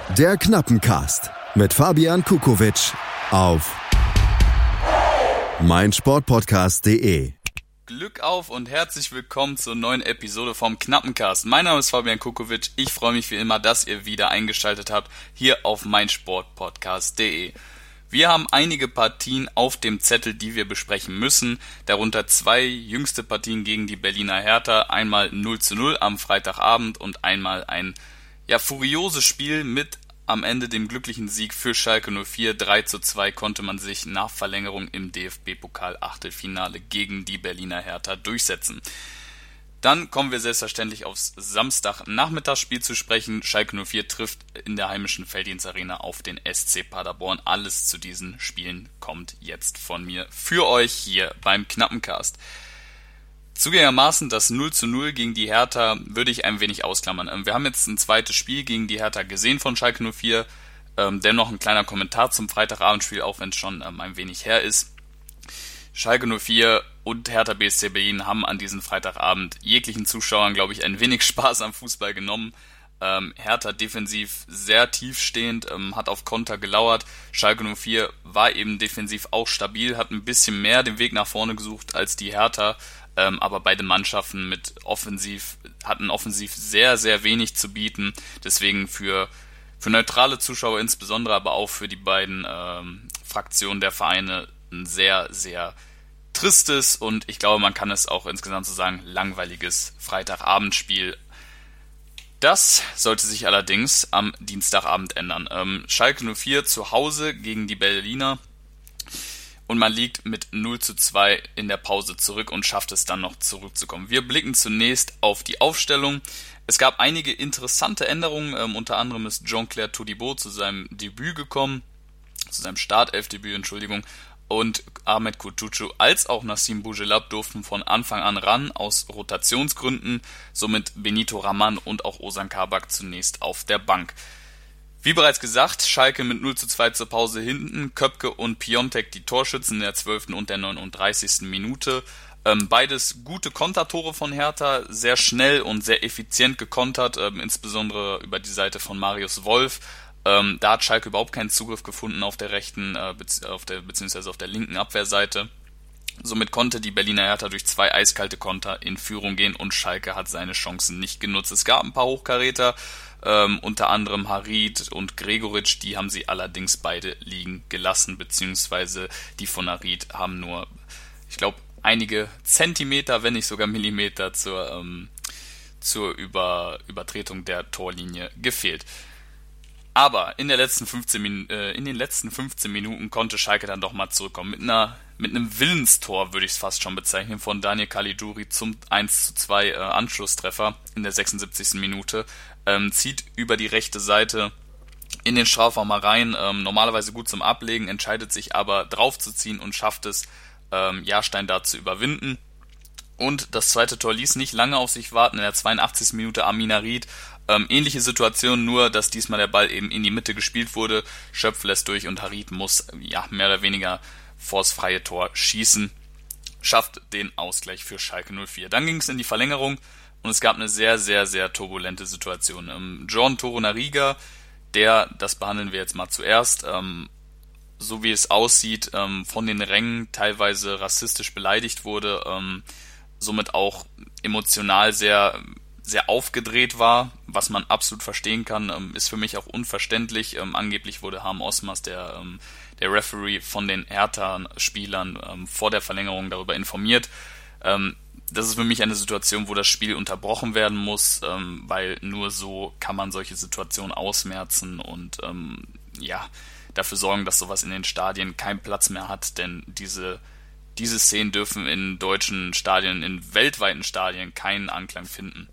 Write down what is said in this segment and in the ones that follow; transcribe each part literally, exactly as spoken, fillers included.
Der Knappencast mit Fabian Kukowitsch auf meinsportpodcast punkt de. Glück auf und herzlich willkommen zur neuen Episode vom Knappencast. Mein Name ist Fabian Kukowitsch. Ich freue mich wie immer, dass ihr wieder eingeschaltet habt hier auf meinsportpodcast punkt de. Wir haben einige Partien auf dem Zettel, die wir besprechen müssen. Darunter zwei jüngste Partien gegen die Berliner Hertha. Einmal null zu null am Freitagabend und einmal ein ja furioses Spiel mit am Ende dem glücklichen Sieg für Schalke null vier. drei zu zwei konnte man sich nach Verlängerung im D F B-Pokal-Achtelfinale gegen die Berliner Hertha durchsetzen. Dann kommen wir selbstverständlich aufs Samstagnachmittagsspiel zu sprechen. Schalke null vier trifft in der heimischen Felddienst-Arena auf den S C Paderborn. Alles zu diesen Spielen kommt jetzt von mir für euch hier beim Knappencast. Zugegebenermaßen das null zu null gegen die Hertha würde ich ein wenig ausklammern. Wir haben jetzt ein zweites Spiel gegen die Hertha gesehen von Schalke null vier. Dennoch ein kleiner Kommentar zum Freitagabendspiel, auch wenn es schon ein wenig her ist. Schalke null vier und Hertha B S C Berlin haben an diesem Freitagabend jeglichen Zuschauern, glaube ich, ein wenig Spaß am Fußball genommen. Ähm, Hertha defensiv sehr tiefstehend, ähm, hat auf Konter gelauert. Schalke null vier war eben defensiv auch stabil, hat ein bisschen mehr den Weg nach vorne gesucht als die Hertha. Ähm, aber beide Mannschaften mit offensiv hatten offensiv sehr, sehr wenig zu bieten. Deswegen für, für neutrale Zuschauer insbesondere, aber auch für die beiden ähm, Fraktionen der Vereine ein sehr, sehr tristes und ich glaube, man kann es auch insgesamt so sagen, langweiliges Freitagabendspiel. Das sollte sich allerdings am Dienstagabend ändern. Ähm, Schalke null vier zu Hause gegen die Berliner und man liegt mit null zu zwei in der Pause zurück und schafft es dann noch zurückzukommen. Wir blicken zunächst auf die Aufstellung. Es gab einige interessante Änderungen, ähm, unter anderem ist Jean-Claire Todibo zu seinem Debüt gekommen, zu seinem Startelfdebüt, Entschuldigung, und Ahmed Kutucu als auch Nassim Bougelab durften von Anfang an ran, aus Rotationsgründen, somit Benito Raman und auch Ozan Kabak zunächst auf der Bank. Wie bereits gesagt, Schalke mit null zu zwei zur Pause hinten, Köpke und Piontek die Torschützen in der zwölften und der neununddreißigsten Minute. Ähm, beides gute Kontertore von Hertha, sehr schnell und sehr effizient gekontert, ähm, insbesondere über die Seite von Marius Wolf. Ähm, da hat Schalke überhaupt keinen Zugriff gefunden auf der rechten, äh, bezieh- auf der, beziehungsweise auf der linken Abwehrseite. Somit konnte die Berliner Hertha durch zwei eiskalte Konter in Führung gehen und Schalke hat seine Chancen nicht genutzt. Es gab ein paar Hochkaräter, ähm, unter anderem Harit und Gregoritsch, die haben sie allerdings beide liegen gelassen, beziehungsweise die von Harit haben nur, ich glaube, einige Zentimeter, wenn nicht sogar Millimeter zur, ähm, zur Über- Übertretung der Torlinie gefehlt. Aber in, der letzten fünfzehn Min- äh, in den letzten fünfzehn Minuten konnte Schalke dann doch mal zurückkommen. Mit einer mit einem Willenstor würde ich es fast schon bezeichnen, von Daniel Caligiuri zum eins zu zwei äh, Anschlusstreffer in der sechsundsiebzigsten Minute. Ähm, zieht über die rechte Seite in den Strafraum rein, ähm, normalerweise gut zum Ablegen, entscheidet sich aber drauf zu ziehen und schafft es, ähm, Jahrstein da zu überwinden. Und das zweite Tor ließ nicht lange auf sich warten, in der zweiundachtzigsten Minute Amin Harit. Ähm, ähnliche Situation, nur dass diesmal der Ball eben in die Mitte gespielt wurde. Schöpf lässt durch und Harit muss ja mehr oder weniger vors freie Tor schießen. Schafft den Ausgleich für Schalke null vier. Dann ging es in die Verlängerung und es gab eine sehr, sehr, sehr turbulente Situation. Ähm, John Torunariga, der, das behandeln wir jetzt mal zuerst, ähm, so wie es aussieht, ähm, von den Rängen teilweise rassistisch beleidigt wurde, ähm, somit auch emotional sehr sehr aufgedreht war, was man absolut verstehen kann, ähm, ist für mich auch unverständlich. Ähm, angeblich wurde Harm Osmas, der, ähm, der Referee, von den Hertha-Spielern ähm, vor der Verlängerung darüber informiert. Ähm, das ist für mich eine Situation, wo das Spiel unterbrochen werden muss, ähm, weil nur so kann man solche Situationen ausmerzen und ähm, ja dafür sorgen, dass sowas in den Stadien keinen Platz mehr hat, denn diese diese Szenen dürfen in deutschen Stadien, in weltweiten Stadien keinen Anklang finden.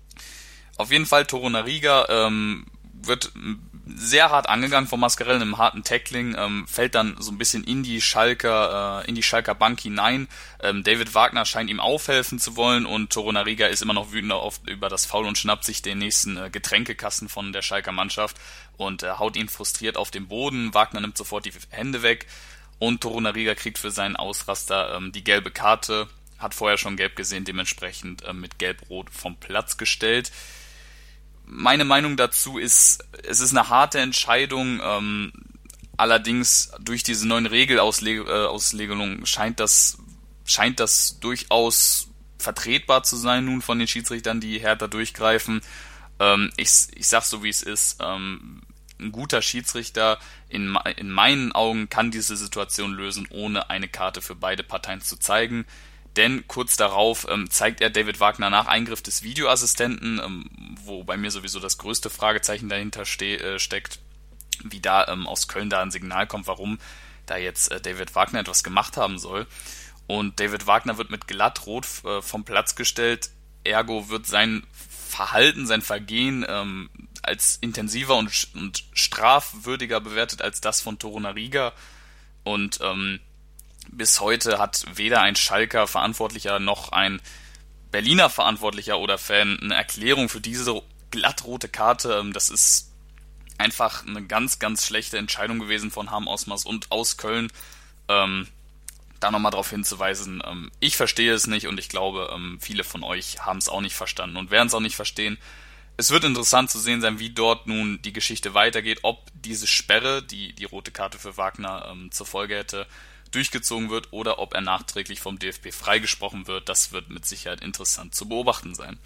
Auf jeden Fall, Torunariga ähm, wird sehr hart angegangen von Mascarell in einem harten Tackling, ähm, fällt dann so ein bisschen in die Schalker, äh, in die Schalker Bank hinein. Ähm, David Wagner scheint ihm aufhelfen zu wollen und Torunariga ist immer noch wütend auf, über das Foul und schnappt sich den nächsten äh, Getränkekasten von der Schalker Mannschaft und äh, haut ihn frustriert auf den Boden. Wagner nimmt sofort die Hände weg und Torunariga kriegt für seinen Ausraster ähm, die gelbe Karte, hat vorher schon gelb gesehen, dementsprechend äh, mit gelb-rot vom Platz gestellt. meine Meinung dazu ist, es ist eine harte Entscheidung, ähm, allerdings durch diese neuen Regelauslegungen scheint das, scheint das durchaus vertretbar zu sein nun von den Schiedsrichtern, die härter durchgreifen. Ähm, ich, ich sag's so, wie es ist. Ähm, ein guter Schiedsrichter in, in meinen Augen kann diese Situation lösen, ohne eine Karte für beide Parteien zu zeigen. Denn kurz darauf ähm, zeigt er David Wagner nach Eingriff des Videoassistenten, ähm, wo bei mir sowieso das größte Fragezeichen dahinter ste- äh, steckt, wie da ähm, aus Köln da ein Signal kommt, warum da jetzt äh, David Wagner etwas gemacht haben soll. Und David Wagner wird mit Glattrot äh, vom Platz gestellt, ergo wird sein Verhalten, sein Vergehen ähm, als intensiver und, und strafwürdiger bewertet als das von Torunariga. Und ähm, bis heute hat weder ein Schalker Verantwortlicher noch ein Berliner Verantwortlicher oder Fan eine Erklärung für diese glattrote Karte. Das ist einfach eine ganz, ganz schlechte Entscheidung gewesen von Harm Osmers und aus Köln. Ähm, da nochmal darauf hinzuweisen, ähm, ich verstehe es nicht und ich glaube, ähm, viele von euch haben es auch nicht verstanden und werden es auch nicht verstehen. Es wird interessant zu sehen sein, wie dort nun die Geschichte weitergeht, ob diese Sperre, die die rote Karte für Wagner ähm, zur Folge hätte, durchgezogen wird oder ob er nachträglich vom D F B freigesprochen wird. Das wird mit Sicherheit interessant zu beobachten sein.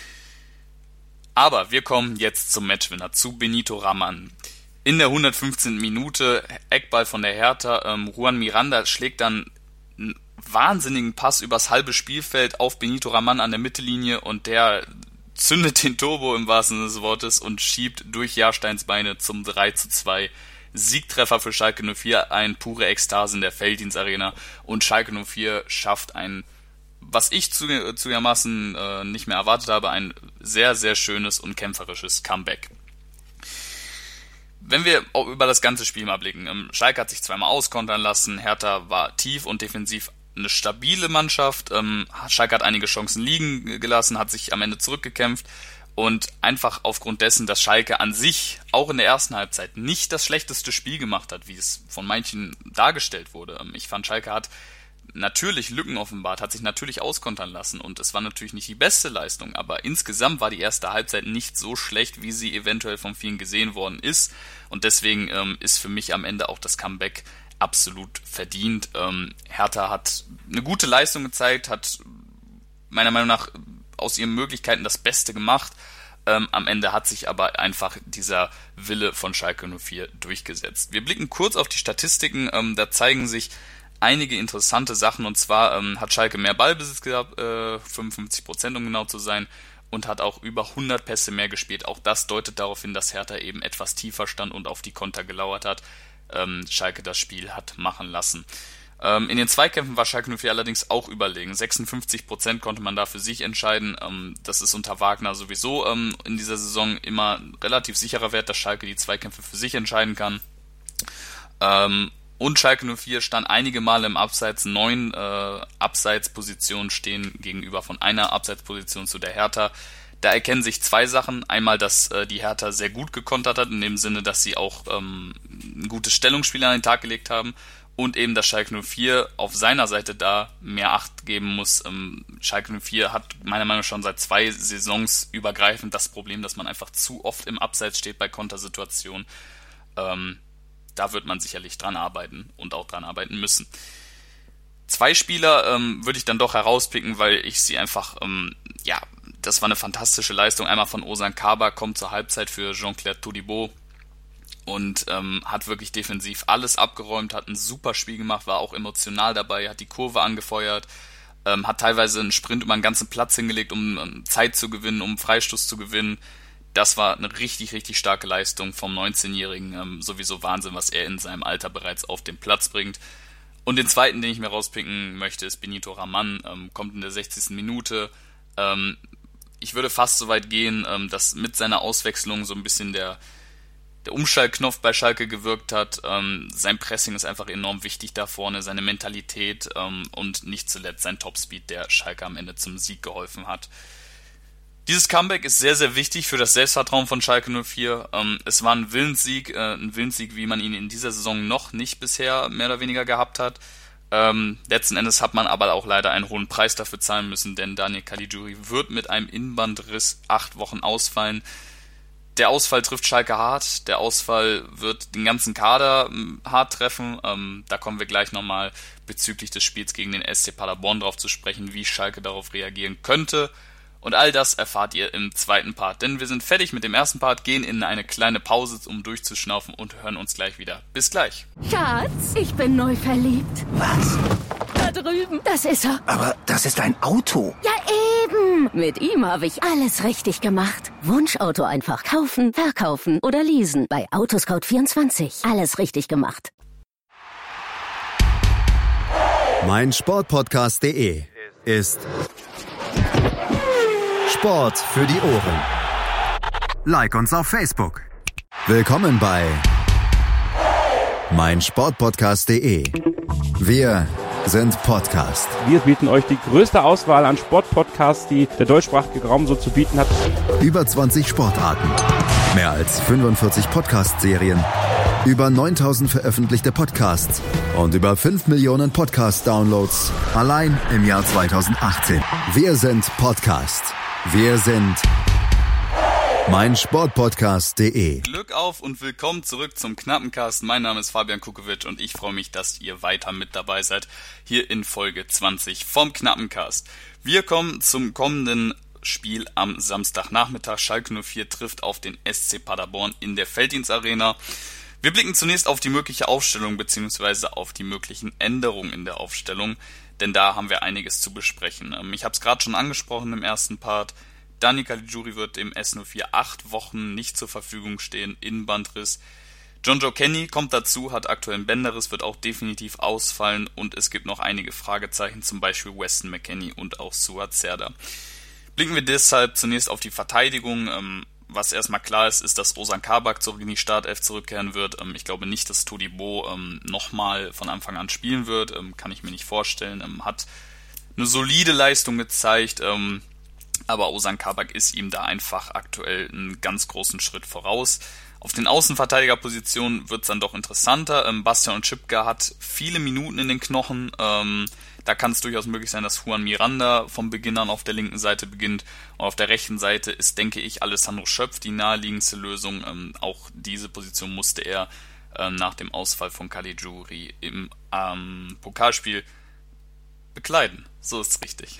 Aber wir kommen jetzt zum Matchwinner, zu Benito Raman. In der hundertfünfzehnten Minute, Eckball von der Hertha, ähm, Juan Miranda schlägt dann einen wahnsinnigen Pass übers halbe Spielfeld auf Benito Raman an der Mittellinie und der zündet den Turbo im wahrsten Sinne des Wortes und schiebt durch Jahrsteins Beine zum drei zu zwei Siegtreffer für Schalke null vier, ein pure Ekstase in der Felddienst-Arena und Schalke null vier schafft ein, was ich zu, zugegebenermaßen äh, nicht mehr erwartet habe, ein sehr, sehr schönes und kämpferisches Comeback. Wenn wir auch über das ganze Spiel mal blicken, ähm, Schalke hat sich zweimal auskontern lassen, Hertha war tief und defensiv eine stabile Mannschaft, ähm, Schalke hat einige Chancen liegen gelassen, hat sich am Ende zurückgekämpft und einfach aufgrund dessen, dass Schalke an sich auch in der ersten Halbzeit nicht das schlechteste Spiel gemacht hat, wie es von manchen dargestellt wurde. Ähm, ich fand, Schalke hat natürlich Lücken offenbart, hat sich natürlich auskontern lassen und es war natürlich nicht die beste Leistung, aber insgesamt war die erste Halbzeit nicht so schlecht, wie sie eventuell von vielen gesehen worden ist und deswegen ähm, ist für mich am Ende auch das Comeback absolut verdient. Ähm, Hertha hat eine gute Leistung gezeigt, hat meiner Meinung nach aus ihren Möglichkeiten das Beste gemacht. Ähm, am Ende hat sich aber einfach dieser Wille von Schalke null vier durchgesetzt. Wir blicken kurz auf die Statistiken, ähm, da zeigen sich einige interessante Sachen und zwar ähm, hat Schalke mehr Ballbesitz gehabt, äh, fünfundfünfzig Prozent um genau zu sein und hat auch über hundert Pässe mehr gespielt. Auch das deutet darauf hin, dass Hertha eben etwas tiefer stand und auf die Konter gelauert hat. Ähm, Schalke das Spiel hat machen lassen. Ähm, in den Zweikämpfen war Schalke null vier allerdings auch überlegen. sechsundfünfzig Prozent konnte man da für sich entscheiden. Ähm, das ist unter Wagner sowieso ähm, in dieser Saison immer ein relativ sicherer Wert, dass Schalke die Zweikämpfe für sich entscheiden kann. Ähm, Und Schalke null vier stand einige Male im Abseits, neun äh, Abseitspositionen stehen gegenüber von einer Abseitsposition zu der Hertha. Da erkennen sich zwei Sachen. Einmal, dass äh, die Hertha sehr gut gekontert hat, in dem Sinne, dass sie auch ähm, ein gutes Stellungsspiel an den Tag gelegt haben. Und eben, dass Schalke null vier auf seiner Seite da mehr Acht geben muss. Ähm, Schalke null vier hat meiner Meinung nach schon seit zwei Saisons übergreifend das Problem, dass man einfach zu oft im Abseits steht bei Kontersituationen. Ähm, Da wird man sicherlich dran arbeiten und auch dran arbeiten müssen. Zwei Spieler ähm, würde ich dann doch herauspicken, weil ich sie einfach, ähm, ja, das war eine fantastische Leistung. Einmal von Ozan Kabak, kommt zur Halbzeit für Jean-Claire Todibo und ähm, hat wirklich defensiv alles abgeräumt, hat ein super Spiel gemacht, war auch emotional dabei, hat die Kurve angefeuert, ähm, hat teilweise einen Sprint über den ganzen Platz hingelegt, um um Zeit zu gewinnen, um einen Freistoß zu gewinnen. Das war eine richtig, richtig starke Leistung vom neunzehnjährigen. Ähm, sowieso Wahnsinn, was er in seinem Alter bereits auf den Platz bringt. Und den zweiten, den ich mir rauspicken möchte, ist Benito Raman. Ähm, kommt in der sechzigsten Minute. Ähm, ich würde fast so weit gehen, ähm, dass mit seiner Auswechslung so ein bisschen der, der Umschaltknopf bei Schalke gewirkt hat. Ähm, sein Pressing ist einfach enorm wichtig da vorne, seine Mentalität ähm, und nicht zuletzt sein Topspeed, der Schalke am Ende zum Sieg geholfen hat. Dieses Comeback ist sehr, sehr wichtig für das Selbstvertrauen von Schalke null vier. Ähm, es war ein Willenssieg, äh, ein Willenssieg, wie man ihn in dieser Saison noch nicht bisher mehr oder weniger gehabt hat. Ähm, letzten Endes hat man aber auch leider einen hohen Preis dafür zahlen müssen, denn Daniel Caligiuri wird mit einem Innenbandriss acht Wochen ausfallen. Der Ausfall trifft Schalke hart, der Ausfall wird den ganzen Kader ähm, hart treffen. Ähm, da kommen wir gleich nochmal bezüglich des Spiels gegen den S C Paderborn drauf zu sprechen, wie Schalke darauf reagieren könnte. Und all das erfahrt ihr im zweiten Part, denn wir sind fertig mit dem ersten Part, gehen in eine kleine Pause, um durchzuschnaufen und hören uns gleich wieder. Bis gleich. Schatz, ich bin neu verliebt. Was? Da drüben. Das ist er. Aber das ist ein Auto. Ja, eben. Mit ihm habe ich alles richtig gemacht. Wunschauto einfach kaufen, verkaufen oder leasen. Bei Autoscout vierundzwanzig. Alles richtig gemacht. mein Sportpodcast punkt de ist Sport für die Ohren. Like uns auf Facebook. Willkommen bei mein Sportpodcast punkt de. Wir sind Podcast. Wir bieten euch die größte Auswahl an Sportpodcasts, die der deutschsprachige Raum so zu bieten hat. Über zwanzig Sportarten, mehr als fünfundvierzig Podcast-Serien, über neuntausend veröffentlichte Podcasts und über fünf Millionen Podcast-Downloads allein im Jahr zweitausendachtzehn. Wir sind Podcast. Wir sind mein Sportpodcast punkt de. Glück auf und willkommen zurück zum Knappencast. Mein Name ist Fabian Kukovic und ich freue mich, dass ihr weiter mit dabei seid, hier in Folge zwanzig vom Knappencast. Wir kommen zum kommenden Spiel am Samstagnachmittag. Schalke null vier trifft auf den S C Paderborn in der Felddienstarena. Wir blicken zunächst auf die mögliche Aufstellung bzw. auf die möglichen Änderungen in der Aufstellung, denn da haben wir einiges zu besprechen. Ich habe es gerade schon angesprochen im ersten Part. Dani Caligiuri wird dem S null vier acht Wochen nicht zur Verfügung stehen, Innenbandriss. Jonjoe Kenny kommt dazu, hat aktuell einen Bänderriss, wird auch definitiv ausfallen und es gibt noch einige Fragezeichen, zum Beispiel Weston McKennie und auch Suat Serdar. Blicken wir deshalb zunächst auf die Verteidigung. Was erstmal klar ist, ist, dass Ozan Kabak zurück in die Startelf zurückkehren wird. Ich glaube nicht, dass Todibo nochmal von Anfang an spielen wird, kann ich mir nicht vorstellen. Hat eine solide Leistung gezeigt, aber Ozan Kabak ist ihm da einfach aktuell einen ganz großen Schritt voraus. Auf den Außenverteidigerpositionen wird es dann doch interessanter. Ähm, Bastian Oczipka hat viele Minuten in den Knochen. Ähm, da kann es durchaus möglich sein, dass Juan Miranda vom Beginn an auf der linken Seite beginnt. Und auf der rechten Seite ist, denke ich, Alessandro Schöpf die naheliegendste Lösung. Ähm, auch diese Position musste er äh, nach dem Ausfall von Caligiuri im ähm, Pokalspiel bekleiden. So ist es richtig.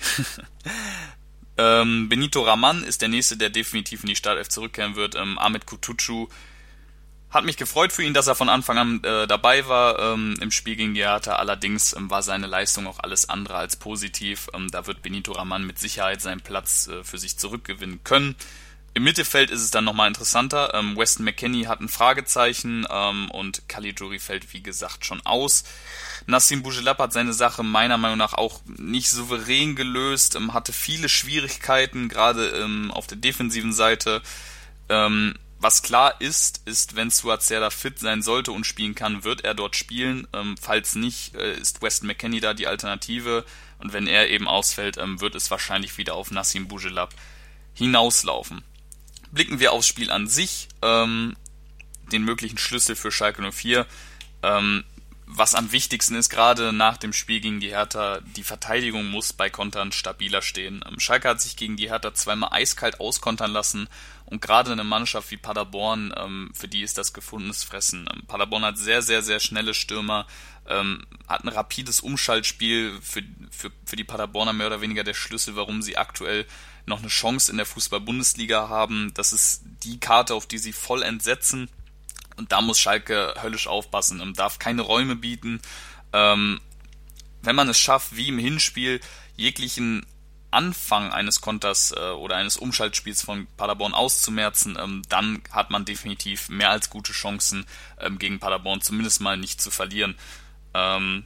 Ähm, Benito Raman ist der nächste, der definitiv in die Startelf zurückkehren wird. Ähm, Ahmed Kutucu hat mich gefreut für ihn, dass er von Anfang an äh, dabei war ähm, im Spiel gegen die Hertha. Allerdings ähm, war seine Leistung auch alles andere als positiv. Ähm, da wird Benito Raman mit Sicherheit seinen Platz äh, für sich zurückgewinnen können. Im Mittelfeld ist es dann nochmal interessanter. Ähm, Weston McKennie hat ein Fragezeichen ähm, und Caligiuri fällt wie gesagt schon aus. Nassim Bujelab hat seine Sache meiner Meinung nach auch nicht souverän gelöst, ähm, hatte viele Schwierigkeiten, gerade ähm, auf der defensiven Seite. Ähm, was klar ist, ist, wenn Suat Serdar fit sein sollte und spielen kann, wird er dort spielen. Ähm, falls nicht, äh, ist Weston McKennie da die Alternative. Und wenn er eben ausfällt, ähm, wird es wahrscheinlich wieder auf Nassim Bujelab hinauslaufen. Blicken wir aufs Spiel an sich, ähm, den möglichen Schlüssel für Schalke null vier. Ähm, was am wichtigsten ist, gerade nach dem Spiel gegen die Hertha, die Verteidigung muss bei Kontern stabiler stehen. Ähm, Schalke hat sich gegen die Hertha zweimal eiskalt auskontern lassen und gerade eine Mannschaft wie Paderborn, ähm, für die ist das gefundenes Fressen. Ähm, Paderborn hat sehr, sehr, sehr schnelle Stürmer, ähm, hat ein rapides Umschaltspiel, für, für, für die Paderborner mehr oder weniger der Schlüssel, warum sie aktuell noch eine Chance in der Fußball-Bundesliga haben. Das ist die Karte, auf die sie vollends setzen. Und da muss Schalke höllisch aufpassen. Man darf keine Räume bieten. Ähm, wenn man es schafft, wie im Hinspiel, jeglichen Anfang eines Konters äh, oder eines Umschaltspiels von Paderborn auszumerzen, ähm, dann hat man definitiv mehr als gute Chancen, ähm, gegen Paderborn zumindest mal nicht zu verlieren. Ähm,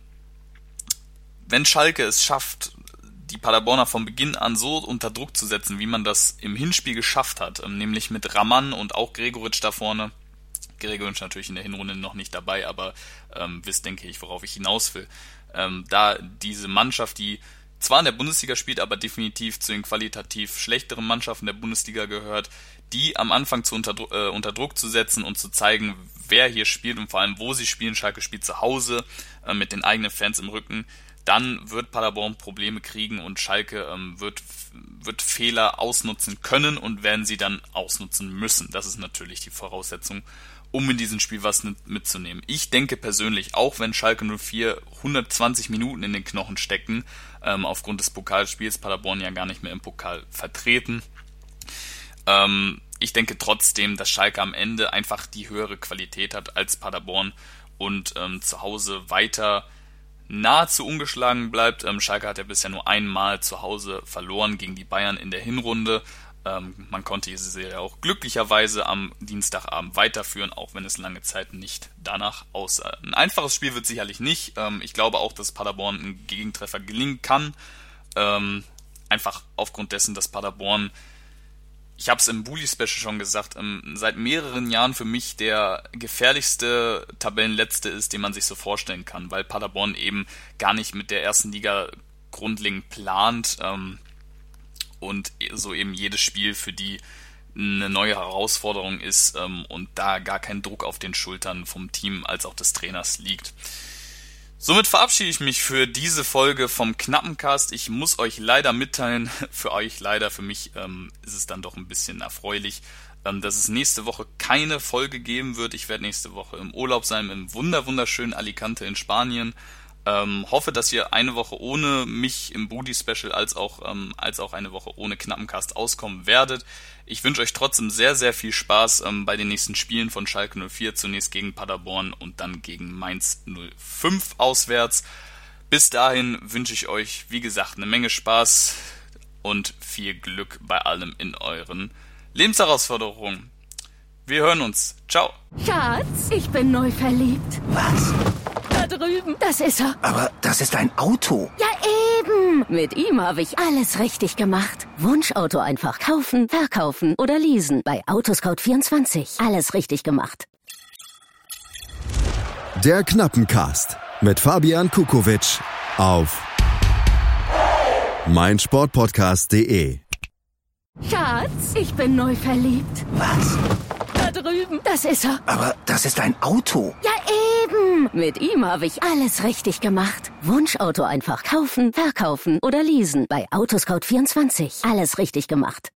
wenn Schalke es schafft, die Paderborner von Beginn an so unter Druck zu setzen, wie man das im Hinspiel geschafft hat, ähm, nämlich mit Raman und auch Gregoritsch da vorne. Gregoritsch natürlich in der Hinrunde noch nicht dabei, aber ähm, wisst, denke ich, worauf ich hinaus will. Ähm, da diese Mannschaft, die zwar in der Bundesliga spielt, aber definitiv zu den qualitativ schlechteren Mannschaften der Bundesliga gehört, die am Anfang zu unter, äh, unter Druck zu setzen und zu zeigen, wer hier spielt und vor allem, wo sie spielen. Schalke spielt zu Hause äh, mit den eigenen Fans im Rücken. Dann wird Paderborn Probleme kriegen und Schalke ähm, wird wird Fehler ausnutzen können und werden sie dann ausnutzen müssen. Das ist natürlich die Voraussetzung, um in diesem Spiel was mitzunehmen. Ich denke persönlich, auch wenn Schalke null vier hundertzwanzig Minuten in den Knochen stecken, ähm, aufgrund des Pokalspiels, Paderborn ja gar nicht mehr im Pokal vertreten, ähm, ich denke trotzdem, dass Schalke am Ende einfach die höhere Qualität hat als Paderborn und ähm, zu Hause weiter nahezu ungeschlagen bleibt. Ähm, Schalke hat ja bisher nur einmal zu Hause verloren gegen die Bayern in der Hinrunde. Ähm, man konnte diese Serie auch glücklicherweise am Dienstagabend weiterführen, auch wenn es lange Zeit nicht danach aussah. Ein einfaches Spiel wird sicherlich nicht. Ähm, ich glaube auch, dass Paderborn ein Gegentreffer gelingen kann. Ähm, einfach aufgrund dessen, dass Paderborn, ich habe es im Bully-Special schon gesagt, ähm, seit mehreren Jahren für mich der gefährlichste Tabellenletzte ist, den man sich so vorstellen kann, weil Paderborn eben gar nicht mit der ersten Liga grundlegend plant ähm, und so eben jedes Spiel für die eine neue Herausforderung ist ähm, und da gar kein Druck auf den Schultern vom Team als auch des Trainers liegt. Somit verabschiede ich mich für diese Folge vom Knappencast. Ich muss euch leider mitteilen, für euch leider, für mich ähm, ist es dann doch ein bisschen erfreulich, ähm, dass es nächste Woche keine Folge geben wird. Ich werde nächste Woche im Urlaub sein, im wunder wunderschönen Alicante in Spanien. Ähm, hoffe, dass ihr eine Woche ohne mich im Booty-Special als auch ähm, als auch eine Woche ohne Knappencast auskommen werdet. Ich wünsche euch trotzdem sehr, sehr viel Spaß ähm, bei den nächsten Spielen von Schalke null vier, zunächst gegen Paderborn und dann gegen Mainz null fünf auswärts. Bis dahin wünsche ich euch, wie gesagt, eine Menge Spaß und viel Glück bei allem in euren Lebensherausforderungen. Wir hören uns. Ciao. Schatz, ich bin neu verliebt. Was? Da drüben. Das ist er. Aber das ist ein Auto. Ja, eben. Mit ihm habe ich alles richtig gemacht. Wunschauto einfach kaufen, verkaufen oder leasen. Bei Autoscout vierundzwanzig. Alles richtig gemacht. Der Knappencast mit Fabian Kukowitsch auf meinsportpodcast punkt de. Schatz, ich bin neu verliebt. Was? Da drüben. Das ist er. Aber das ist ein Auto. Ja, eben. Mit ihm habe ich alles richtig gemacht. Wunschauto einfach kaufen, verkaufen oder leasen. Bei Autoscout vierundzwanzig. Alles richtig gemacht.